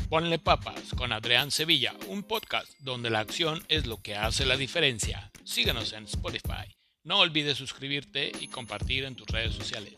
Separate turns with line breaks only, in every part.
Ponle Papas con Adrián Sevilla, un podcast donde la acción es lo que hace la diferencia. Síguenos en Spotify. No olvides suscribirte y compartir en tus redes sociales.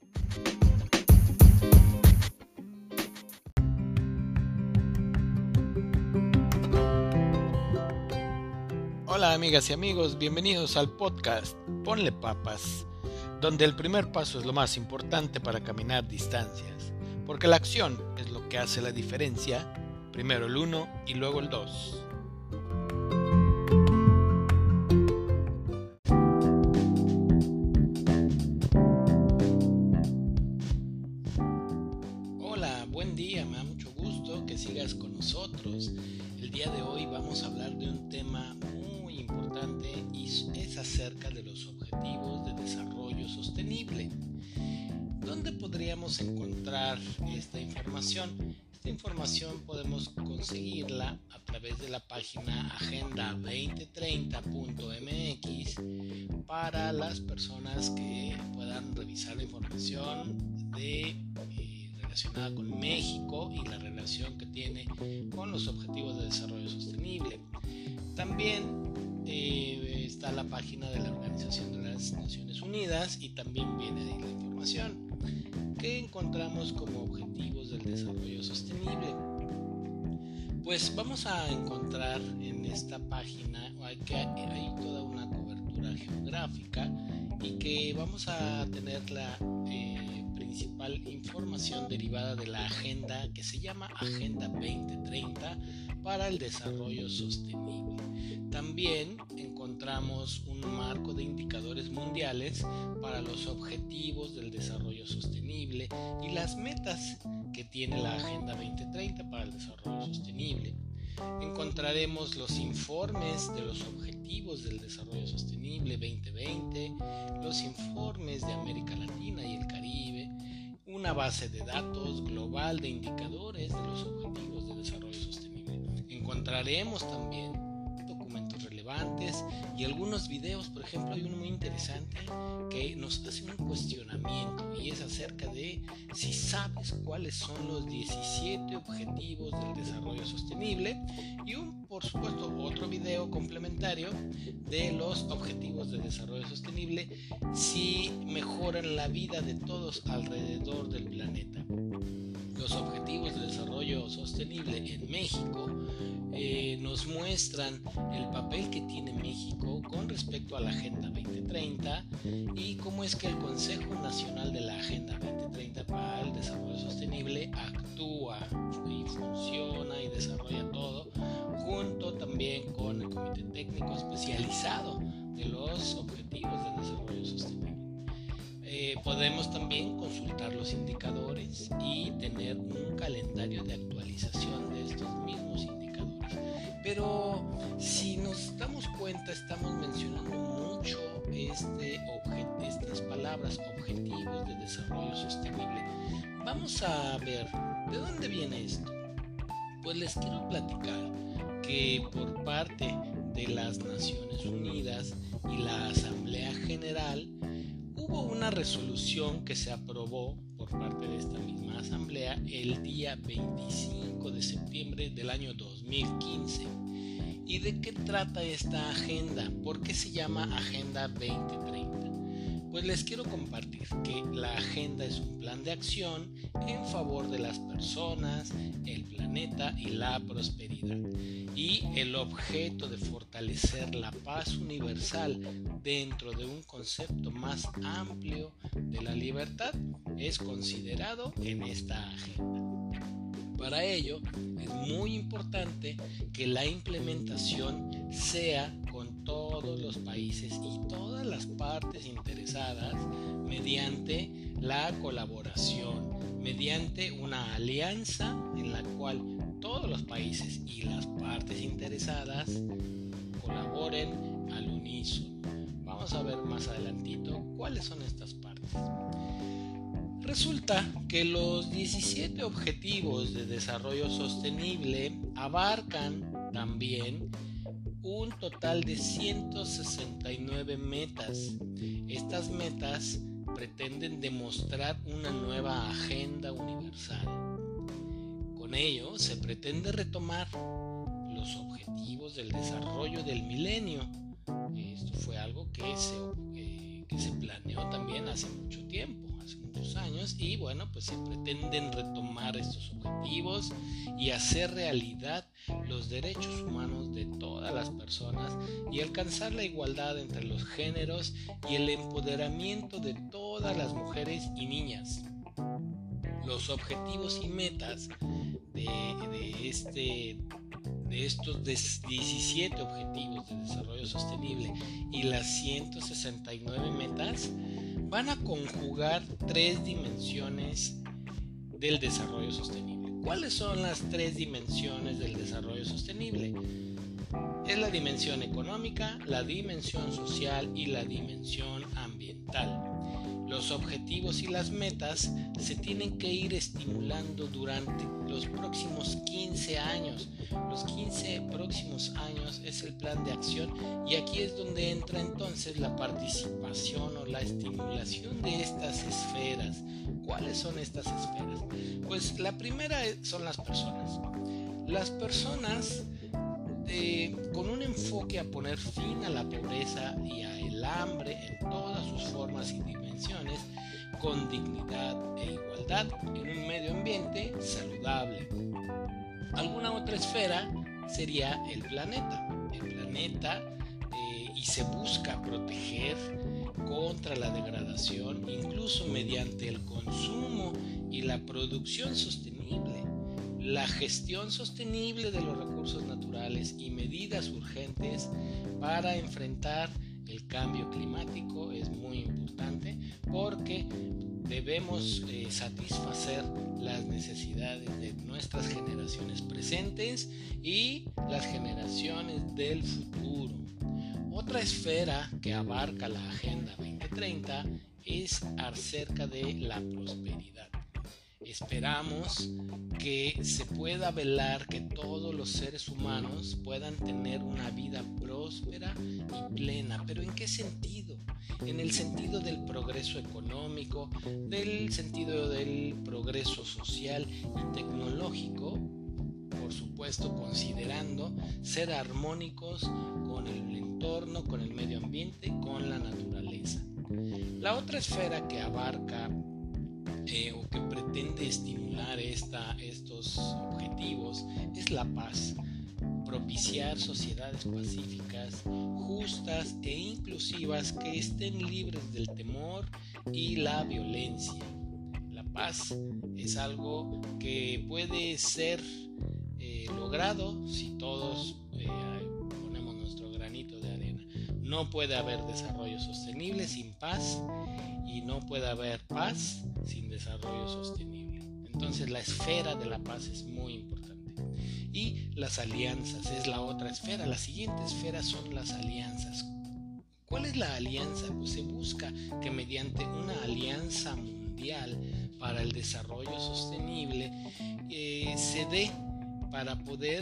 Hola amigas y amigos, bienvenidos al podcast Ponle Papas, donde el primer paso es lo más importante para caminar distancias, porque la acción es lo que hace la diferencia, primero el 1 y luego el 2. Hola, buen día, me da mucho gusto que sigas con nosotros. El día de hoy vamos a hablar de un tema muy importante y es acerca de los objetivos de desarrollo sostenible. ¿Dónde podríamos encontrar esta información? Esta información podemos conseguirla a través de la página agenda2030.mx para las personas que puedan revisar la información relacionada con México y la relación que tiene con los objetivos de desarrollo sostenible. También está la página de la Organización de las Naciones Unidas y también viene ahí la información que encontramos como objetivos del desarrollo sostenible. Pues vamos a encontrar en esta página que hay toda una cobertura geográfica y que vamos a tener la principal información derivada de la agenda que se llama Agenda 2030 para el desarrollo sostenible. También encontramos un marco de indicadores mundiales para los objetivos del desarrollo sostenible y las metas que tiene la Agenda 2030 para el desarrollo sostenible. Encontraremos los informes de los objetivos del desarrollo sostenible 2020, los informes de América Latina y el Caribe, una base de datos global de indicadores de los objetivos de desarrollo sostenible. Encontraremos también documentos relevantes y algunos videos. Por ejemplo, hay uno muy interesante que nos hace un cuestionamiento y es acerca de si sabes cuáles son los 17 objetivos del desarrollo sostenible y por supuesto otro video complementario de los objetivos de desarrollo sostenible si mejoran la vida de todos alrededor del planeta. Los objetivos de desarrollo sostenible en México nos muestran el papel que tiene México con respecto a la Agenda 2030 y cómo es que el Consejo Nacional de la Agenda 2030 para el Desarrollo Sostenible actúa y funciona y desarrolla todo, junto también con el Comité Técnico Especializado de los Objetivos de Desarrollo Sostenible. Podemos también consultar los indicadores y tener un calendario de actualización de estos mismos indicadores. Pero si nos damos cuenta, estamos mencionando mucho estas palabras, objetivos de desarrollo sostenible. Vamos a ver, ¿de dónde viene esto? Pues les quiero platicar que por parte de las Naciones Unidas y la Asamblea General hubo una resolución que se aprobó por parte de esta misma asamblea el día 25 de septiembre del año 2015. ¿Y de qué trata esta agenda? ¿Por qué se llama Agenda 2030? Pues les quiero compartir que la agenda es un plan de acción en favor de las personas, el planeta y la prosperidad. Y el objeto de fortalecer la paz universal dentro de un concepto más amplio de la libertad es considerado en esta agenda. Para ello es muy importante que la implementación sea con todos los países y todas las partes interesadas mediante la colaboración, mediante una alianza en la cual todos los países y las partes interesadas colaboren al unísono. Vamos a ver más adelantito cuáles son estas partes. Resulta que los 17 objetivos de desarrollo sostenible abarcan también un total de 169 metas. Estas metas pretenden demostrar una nueva agenda universal. Con ello se pretende retomar los objetivos del desarrollo del milenio. Esto fue algo que se planeó también hace mucho tiempo, hace muchos años, y bueno, pues se pretenden retomar estos objetivos y hacer realidad los derechos humanos de todas las personas y alcanzar la igualdad entre los géneros y el empoderamiento de todas las mujeres y niñas. Los objetivos y metas de estos 17 objetivos de desarrollo sostenible y las 169 metas van a conjugar 3 dimensiones del desarrollo sostenible. ¿Cuáles son las 3 dimensiones del desarrollo sostenible? Es la dimensión económica, la dimensión social y la dimensión ambiental. Los objetivos y las metas se tienen que ir estimulando durante los próximos 15 años. Los 15 próximos años es el plan de acción, y aquí es donde entra entonces la participación o la estimulación de estas esferas. ¿Cuáles son estas esferas? Pues la primera son las personas. Las personas con un enfoque a poner fin a la pobreza y al hambre en todas sus formas y dimensiones, con dignidad e igualdad en un medio ambiente saludable. Alguna otra esfera sería el planeta. Y se busca proteger contra la degradación, incluso mediante el consumo y la producción sostenible. La gestión sostenible de los recursos naturales y medidas urgentes para enfrentar el cambio climático es muy importante, porque debemos satisfacer las necesidades de nuestras generaciones presentes y las generaciones del futuro. Otra esfera que abarca la Agenda 2030 es acerca de la prosperidad. Esperamos que se pueda velar que todos los seres humanos puedan tener una vida próspera y plena. ¿Pero en qué sentido? En el sentido del progreso económico, del sentido del progreso social y tecnológico, por supuesto considerando ser armónicos con el entorno, con el medio ambiente, con la naturaleza. La otra esfera que abarca o que pretende estimular estos objetivos es la paz. Propiciar sociedades pacíficas, justas e inclusivas que estén libres del temor y la violencia. La paz es algo que puede ser logrado si todos ponemos nuestro granito de arena. No puede haber desarrollo sostenible sin paz, y no puede haber paz sin desarrollo sostenible. Entonces la esfera de la paz es muy importante. Y las alianzas es la otra esfera. La siguiente esfera son las alianzas. ¿Cuál es la alianza? Pues se busca que mediante una alianza mundial para el desarrollo sostenible se dé para poder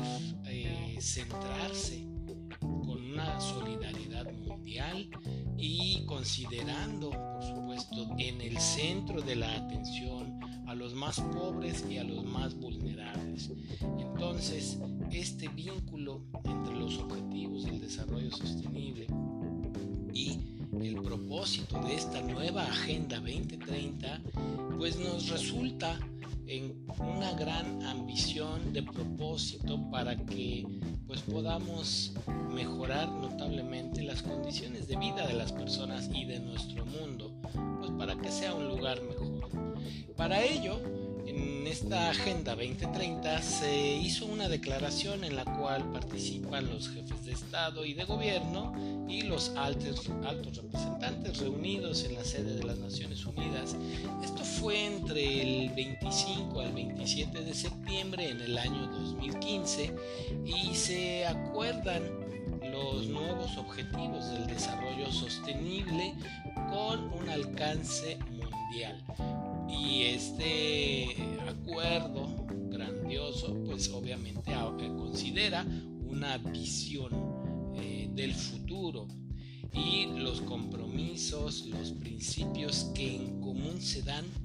centrarse con una solidaridad mundial y considerando, por supuesto, en el centro de la atención a los más pobres y a los más vulnerables. Entonces, este vínculo entre los objetivos del desarrollo sostenible y el propósito de esta nueva Agenda 2030, pues nos resulta en una gran ambición de propósito para que pues podamos mejorar notablemente las condiciones de vida de las personas y de nuestro mundo, pues para que sea un lugar mejor. Para ello, en esta Agenda 2030 se hizo una declaración en la cual participan los jefes de Estado y de Gobierno y los altos representantes reunidos en la sede de las Naciones Unidas. Esto fue entre el 25 al 27 de septiembre en el año 2015 y se acuerdan los nuevos objetivos del desarrollo sostenible con un alcance mundial. Y este acuerdo grandioso pues obviamente considera una visión del futuro y los compromisos, los principios que en común se dan en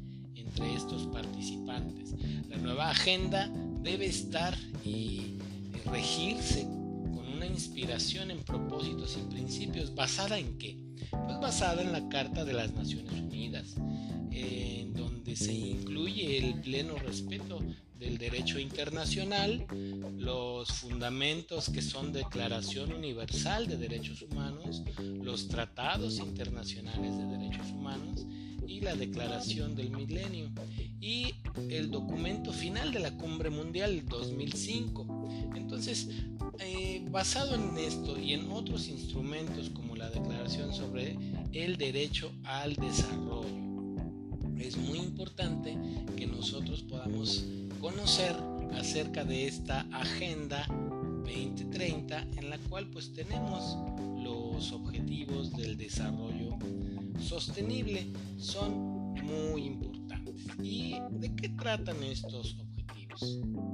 entre estos participantes. La nueva agenda debe estar y regirse con una inspiración en propósitos y principios. ¿Basada en qué? Pues basada en la Carta de las Naciones Unidas, en donde se incluye el pleno respeto del derecho internacional, los fundamentos que son Declaración Universal de Derechos Humanos, los tratados internacionales de derechos humanos y la Declaración del Milenio, y el documento final de la Cumbre Mundial 2005. Entonces, basado en esto y en otros instrumentos como la Declaración sobre el Derecho al Desarrollo, es muy importante que nosotros podamos conocer acerca de esta Agenda 2030, en la cual pues tenemos los objetivos del desarrollo sostenible. Son muy importantes. ¿Y de qué tratan estos objetivos?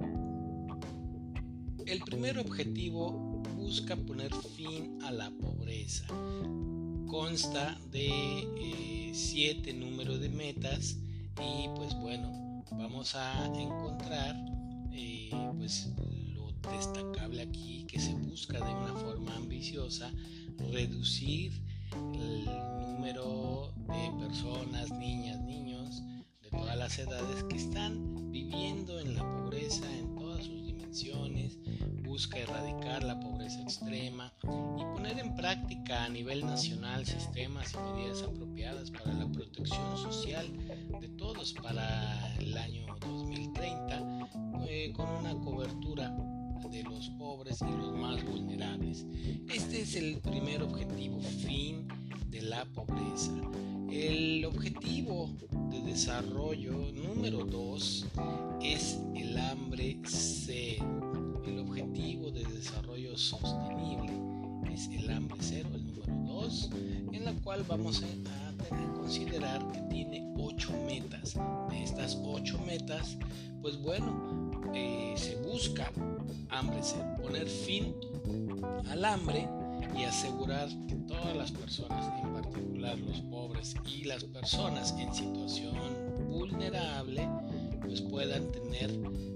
El primer objetivo busca poner fin a la pobreza. Consta de 7 números de metas y pues bueno, vamos a encontrar pues lo destacable aquí, que se busca de una forma ambiciosa reducir el número de personas, niñas, niños de todas las edades que están viviendo en la pobreza en todas sus dimensiones. Busca erradicar la pobreza extrema y poner en práctica a nivel nacional sistemas y medidas apropiadas para la protección social de todos para el año 2030, con una cobertura de los pobres y los más vulnerables. Este es el primer objetivo, fin de la pobreza. El objetivo de desarrollo número 2 es el hambre cero. El objetivo de desarrollo sostenible es el hambre cero, el número 2, en la cual vamos a tener que considerar que tiene 8 metas. De estas 8 metas, pues bueno, se busca hambre cero, poner fin al hambre y asegurar que todas las personas, en particular los pobres y las personas en situación vulnerable, pues puedan tener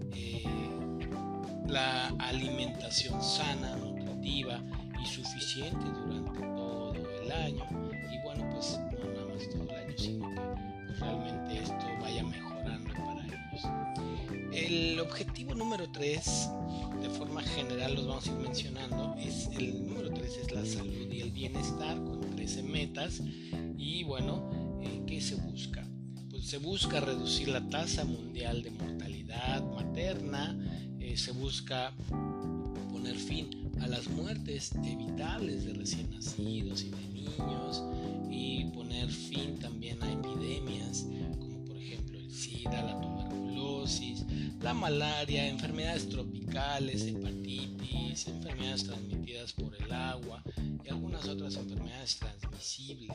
la alimentación sana, nutritiva y suficiente durante todo el año. Y bueno, pues no nada más todo el año, sino que pues, realmente esto vaya mejorando para ellos. El objetivo número 3, de forma general los vamos a ir mencionando, el número 3 es la salud y el bienestar, con 13 metas. Y bueno, ¿qué se busca? Pues se busca reducir la tasa mundial de mortalidad materna, se busca poner fin a las muertes evitables de recién nacidos y de niños, y poner fin también a epidemias como por ejemplo el SIDA, la tuberculosis, la malaria, enfermedades tropicales, hepatitis, enfermedades transmitidas por el agua y algunas otras enfermedades transmisibles.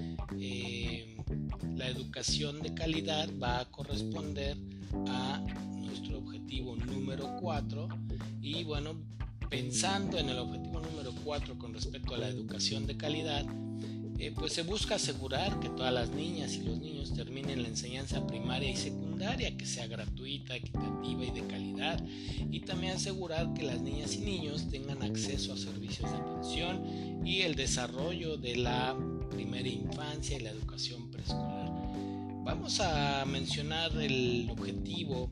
La educación de calidad va a corresponder a nuestro objetivo número 4. Y bueno, pensando en el objetivo número 4 con respecto a la educación de calidad, pues se busca asegurar que todas las niñas y los niños terminen la enseñanza primaria y secundaria, que sea gratuita, equitativa y de calidad, y también asegurar que las niñas y niños tengan acceso a servicios de atención y el desarrollo de la primera infancia y la educación preescolar. Vamos a mencionar el objetivo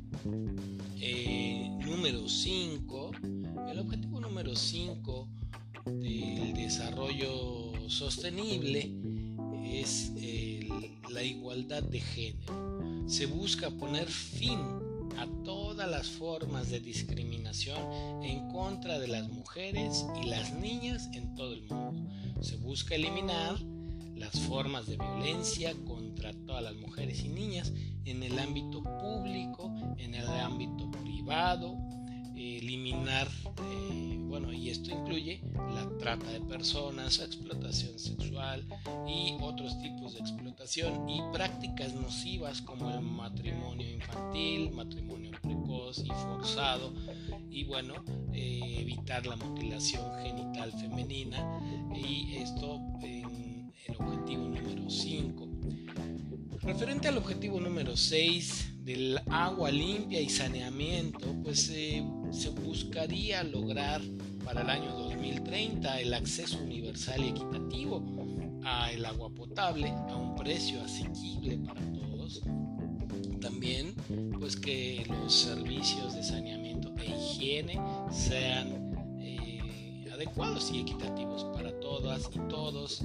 número 5. El objetivo número 5 del desarrollo sostenible es la igualdad de género. Se busca poner fin a todas las formas de discriminación en contra de las mujeres y las niñas en todo el mundo. Se busca eliminar las formas de violencia contra todas las mujeres y niñas en el ámbito público, en el ámbito privado, eliminar, y esto incluye la trata de personas, explotación sexual y otros tipos de explotación y prácticas nocivas como el matrimonio infantil, matrimonio precoz y forzado, y evitar la mutilación genital femenina, y esto en el objetivo número 5. Referente al objetivo número 6 del agua limpia y saneamiento, pues se buscaría lograr para el año 2030 el acceso universal y equitativo al agua potable a un precio asequible para todos. También pues que los servicios de saneamiento e higiene sean adecuados y equitativos para todas y todos,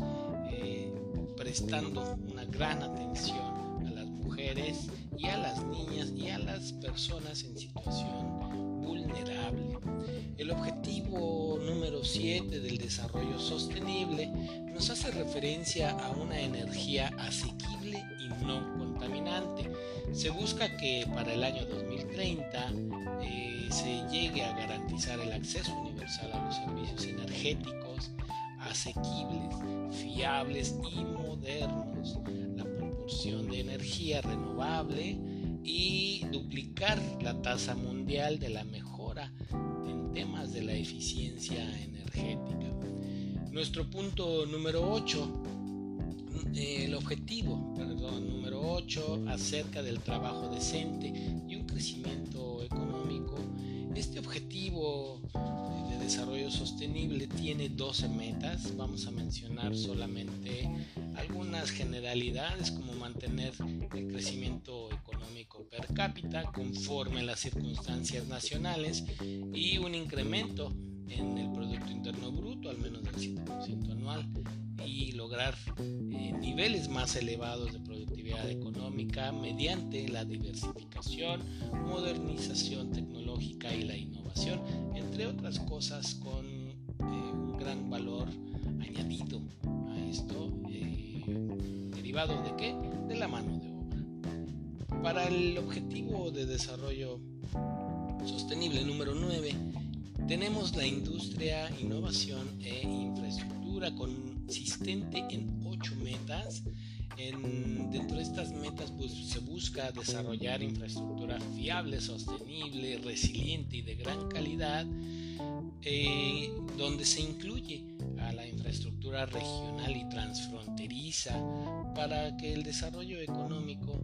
prestando una gran atención a las mujeres y a las niñas y a las personas en situación vulnerable. El objetivo número 7 del desarrollo sostenible nos hace referencia a una energía asequible y no contaminante. Se busca que para el año 2030 se llegue a garantizar el acceso universal a los servicios energéticos asequibles, fiables y modernos, la proporción de energía renovable y duplicar la tasa mundial de la mejora en temas de la eficiencia energética. Nuestro punto número 8, el objetivo número 8 acerca del trabajo decente y un crecimiento económico. Este objetivo de desarrollo sostenible tiene 12 metas. Vamos a mencionar solamente algunas generalidades, como mantener el crecimiento económico per cápita conforme a las circunstancias nacionales y un incremento en el Producto Interno Bruto al menos del 7% anual, y lograr niveles más elevados de productividad económica mediante la diversificación, modernización tecnológica y la innovación, entre otras cosas, con un gran valor añadido a esto, derivado ¿de qué? De la mano de obra. Para el objetivo de desarrollo sostenible número 9, tenemos la industria, innovación e infraestructura consistente en 8 metas. Dentro de estas metas pues, se busca desarrollar infraestructura fiable, sostenible, resiliente y de gran calidad, donde se incluye a la infraestructura regional y transfronteriza para que el desarrollo económico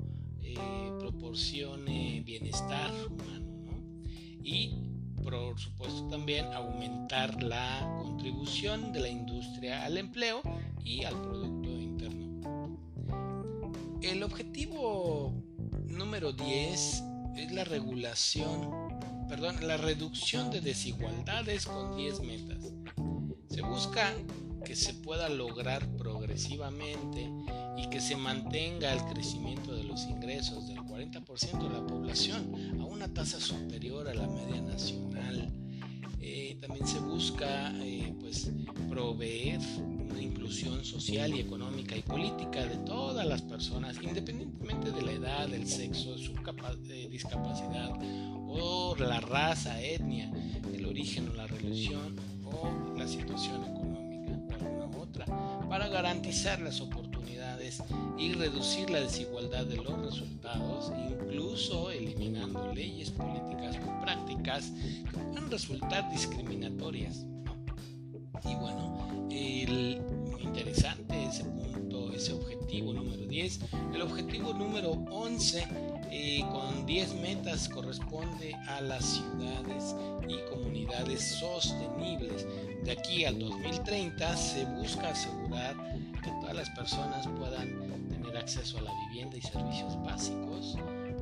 proporcione bienestar humano, ¿no? Y por supuesto también aumentar la contribución de la industria al empleo y al Producto Interno. El objetivo número 10 es la reducción de desigualdades con 10 metas. Se busca que se pueda lograr progresivamente y que se mantenga el crecimiento de los ingresos del 40% de la población a una tasa superior a la media nacional. También se busca pues, proveer una inclusión social y económica y política de todas las personas, independientemente de la edad, el sexo, su discapacidad o la raza, etnia, el origen o la religión o la situación económica o alguna otra, para garantizar las oportunidades y reducir la desigualdad de los resultados, incluso eliminando leyes, políticas o prácticas que puedan resultar discriminatorias, ¿no? Y bueno, interesante ese punto, ese objetivo número 10. El objetivo número 11, con 10 metas, corresponde a las ciudades y comunidades sostenibles. De aquí al 2030 se busca asegurar que todas las personas puedan tener acceso a la vivienda y servicios básicos,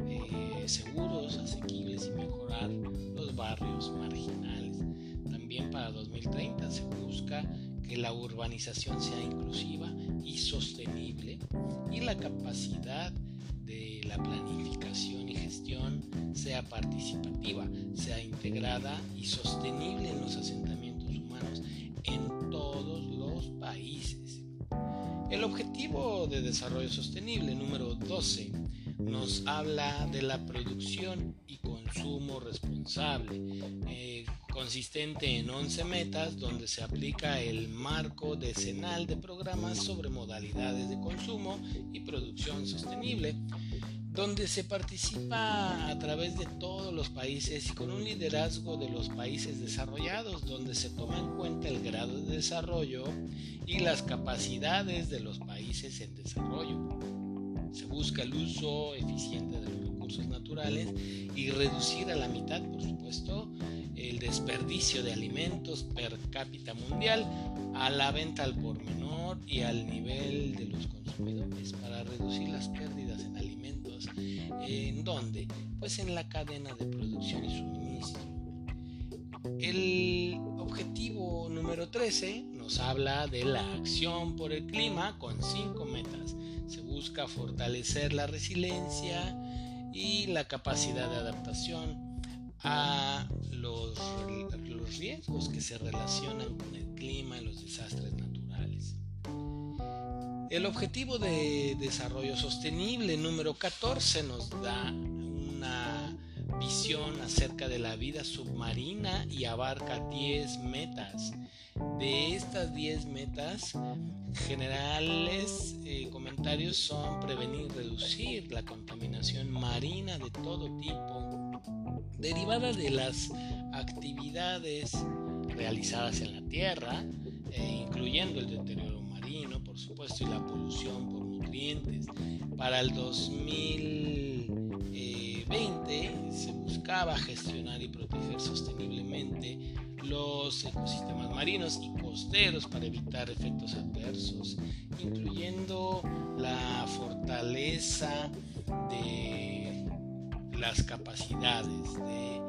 seguros, asequibles, y mejorar los barrios marginales. También para 2030 se busca que la urbanización sea inclusiva y sostenible, y la capacidad de la planificación y gestión sea participativa, sea integrada y sostenible en los asentamientos humanos en todos los países. El objetivo de desarrollo sostenible número 12 nos habla de la producción y consumo responsable, consistente en 11 metas, donde se aplica el marco decenal de programas sobre modalidades de consumo y producción sostenible, donde se participa a través de todos los países y con un liderazgo de los países desarrollados, donde se toma en cuenta el grado de desarrollo y las capacidades de los países en desarrollo. Se busca el uso eficiente de los recursos naturales y reducir a la mitad, por supuesto, el desperdicio de alimentos per cápita mundial a la venta al por menor y al nivel de los consumidores para reducir las pérdidas en alimentos. ¿En dónde? Pues en la cadena de producción y suministro. El objetivo número 13 nos habla de la acción por el clima con 5 metas. Se busca fortalecer la resiliencia y la capacidad de adaptación a los riesgos que se relacionan con el clima y los desastres naturales. El objetivo de desarrollo sostenible número 14 nos da una visión acerca de la vida submarina y abarca 10 metas. De estas 10 metas generales, comentarios son prevenir y reducir la contaminación marina de todo tipo derivada de las actividades realizadas en la tierra, incluyendo el deterioro marino, por supuesto, y la polución por nutrientes. Para el 2020 se buscaba gestionar y proteger sosteniblemente los ecosistemas marinos y costeros para evitar efectos adversos, incluyendo la fortaleza de las capacidades de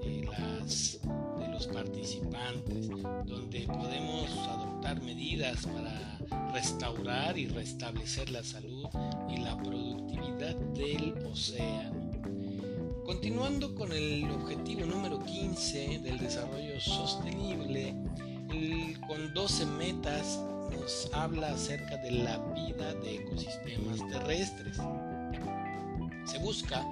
los participantes, donde podemos adoptar medidas para restaurar y restablecer la salud y la productividad del océano. Continuando con el objetivo número 15 del desarrollo sostenible, con 12 metas nos habla acerca de la vida de ecosistemas terrestres. Se busca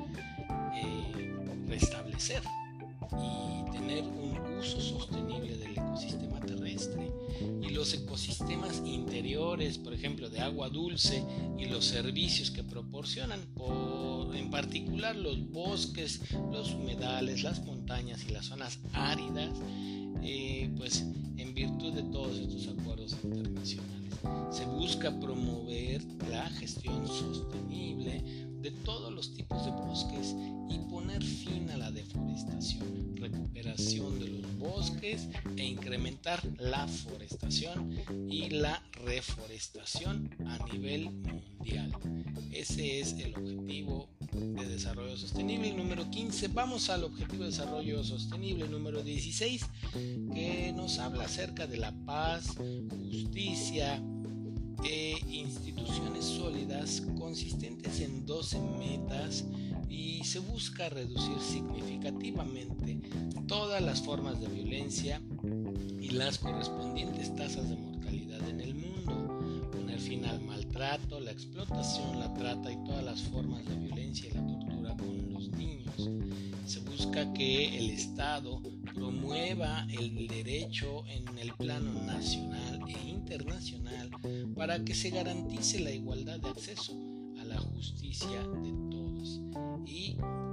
restablecer y tener un uso sostenible del ecosistema terrestre y los ecosistemas interiores, por ejemplo, de agua dulce, y los servicios que proporcionan, en particular los bosques, los humedales, las montañas y las zonas áridas, pues en virtud de todos estos acuerdos internacionales. Se busca promover la gestión sostenible de todos los tipos de bosques y poner fin a la deforestación, recuperación de los bosques e incrementar la forestación y la reforestación a nivel mundial. Ese es el objetivo de desarrollo sostenible número 15. Vamos al objetivo de desarrollo sostenible número 16, que nos habla acerca de la paz, justicia e instituciones sólidas consistentes en 12 metas, y se busca reducir significativamente todas las formas de violencia y las correspondientes tasas de mortalidad en el mundo, poner fin al maltrato, la explotación, la trata y todas las formas de violencia y la tortura con los niños. Se busca que el Estado promueva el derecho en el plano nacional e internacional para que se garantice la igualdad de acceso a la justicia de todos. Y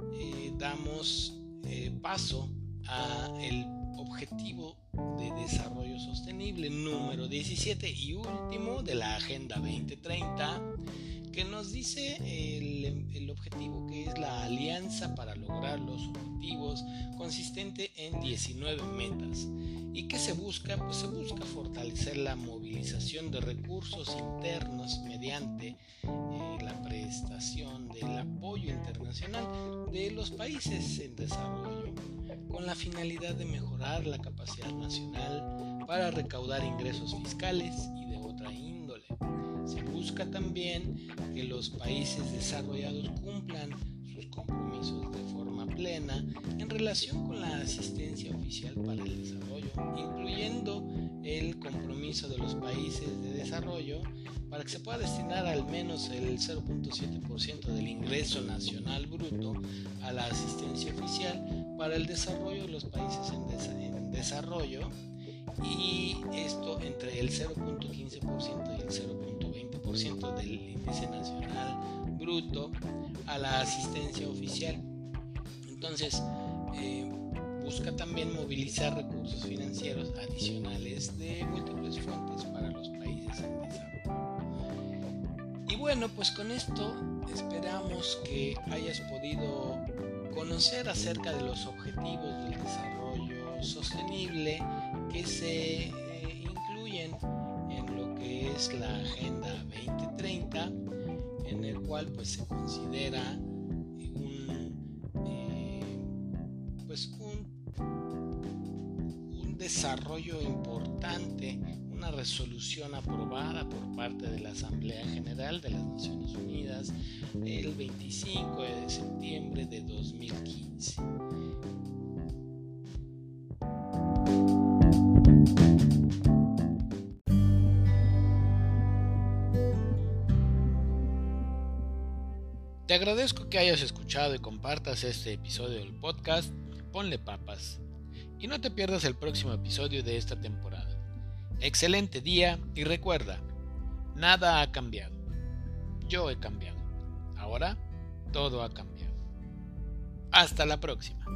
damos paso a el objetivo de desarrollo sostenible número 17 y último de la Agenda 2030, que nos dice el objetivo, que es la alianza para lograr los objetivos, consistente en 19 metas. ¿Y qué se busca? Pues se busca fortalecer la movilización de recursos internos mediante la prestación del apoyo internacional de los países en desarrollo, con la finalidad de mejorar la capacidad nacional para recaudar ingresos fiscales y de otra índole. Se busca también que los países desarrollados cumplan sus compromisos de forma plena en relación con la asistencia oficial para el desarrollo, incluyendo el compromiso de los países de desarrollo para que se pueda destinar al menos el 0.7% del ingreso nacional bruto a la asistencia oficial para el desarrollo de los países en desarrollo, y esto entre el 0.15% y el 0.20% del índice nacional bruto a la asistencia oficial. Entonces, busca también movilizar recursos financieros adicionales de múltiples fuentes para los países en desarrollo. Y bueno, pues con esto esperamos que hayas podido conocer acerca de los objetivos del desarrollo sostenible que se incluyen en lo que es la Agenda 2030, en el cual pues se considera un desarrollo importante, una resolución aprobada por parte de la Asamblea General de las Naciones Unidas el 25 de septiembre de 2015. Te agradezco que hayas escuchado y compartas este episodio del podcast Ponle Papas. Y no te pierdas el próximo episodio de esta temporada. Excelente día y recuerda, nada ha cambiado. Yo he cambiado. Ahora todo ha cambiado. Hasta la próxima.